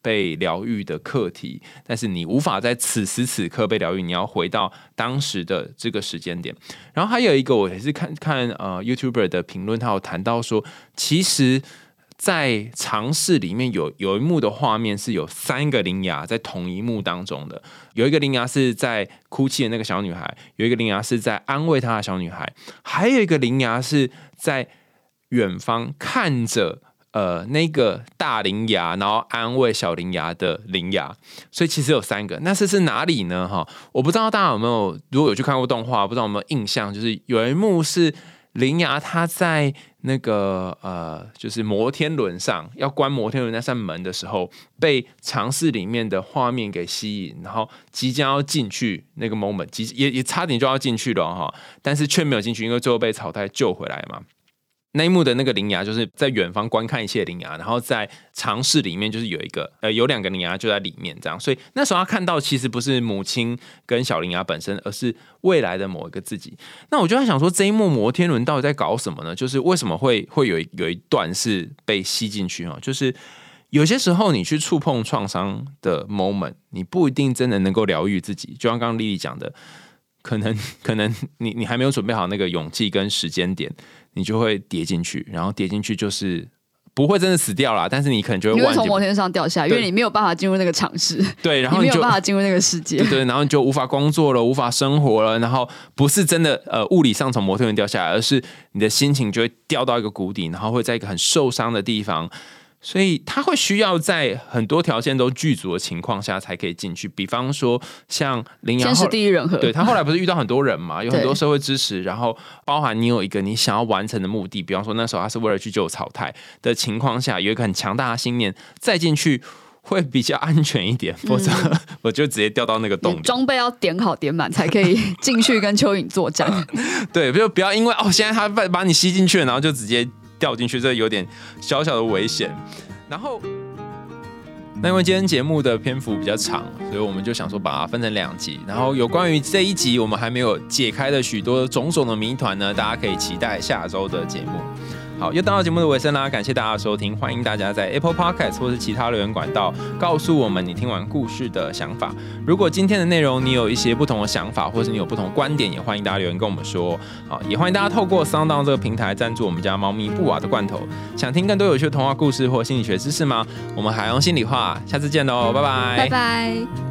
Speaker 3: 被疗愈的课题，但是你无法在此时此刻被疗愈，你要回到当时的这个时间点。然后还有一个，我也是看看呃 YouTuber 的评论，他有谈到说，其实在尝试里面有有一幕的画面是有三个铃芽在同一幕当中的，有一个铃芽是在哭泣的那个小女孩，有一个铃芽是在安慰她的小女孩，还有一个铃芽是在远方看着呃那个大铃芽，然后安慰小铃芽的铃芽，所以其实有三个。那是是哪里呢？哈，我不知道大家有没有，如果有去看过动画，不知道有没有印象，就是有一幕是铃芽她在那个呃，就是摩天轮上要关摩天轮那扇门的时候，被尝试里面的画面给吸引，然后即将要进去那个 moment， 也也差点就要进去了哈，但是却没有进去，因为最后被草太救回来嘛。那一幕的那个铃芽就是在远方观看一切铃芽，然后在尝试里面就是有一个呃有两个铃芽就在里面这样，所以那时候他看到其实不是母亲跟小铃芽本身，而是未来的某一个自己。那我就在想说，这一幕摩天轮到底在搞什么呢？就是为什么会会有有一段是被吸进去哈？就是有些时候你去触碰创伤的 moment， 你不一定真的能够疗愈自己，就像刚刚丽丽讲的。可能可能你你还没有准备好那个勇气跟时间点，你就会跌进去，然后跌进去就是不会真的死掉啦，但是你可能就会
Speaker 2: 你会从摩天上掉下来，因为你没有办法进入那个场室，
Speaker 3: 对，然后你就
Speaker 2: 你没有办法进入那个世界，
Speaker 3: 对对，然后你就无法工作了，无法生活了，然后不是真的呃物理上从摩天轮掉下来，而是你的心情就会掉到一个谷底，然后会在一个很受伤的地方。所以他会需要在很多条件都具足的情况下才可以进去，比方说像铃芽，
Speaker 2: 天时地利人和，
Speaker 3: 对，他后来不是遇到很多人嘛，有很多社会支持，然后包含你有一个你想要完成的目的，比方说那时候他是为了去救草太的情况下，有一个很强大的信念，再进去会比较安全一点，否则我就直接掉到那个洞里。
Speaker 2: 装备要点好点满才可以进去跟蚯蚓作战。
Speaker 3: 对，就不要因为哦，现在他把你吸进去了，然后就直接掉进去，这有点小小的危险。然后，那因为今天节目的篇幅比较长，所以我们就想说把它分成两集。然后有关于这一集我们还没有解开的许多种种的谜团呢，大家可以期待下周的节目。好，又到了节目的尾声啦，感谢大家的收听，欢迎大家在 Apple Podcast 或是其他留言管道告诉我们你听完故事的想法。如果今天的内容你有一些不同的想法，或是你有不同的观点，也欢迎大家留言跟我们说。好，也欢迎大家透过 SoundOn 这个平台赞助我们家猫咪布瓦的罐头。想听更多有趣的童话故事或心理学知识吗？我们海洋心里话，下次见喽，拜拜，
Speaker 1: 拜拜。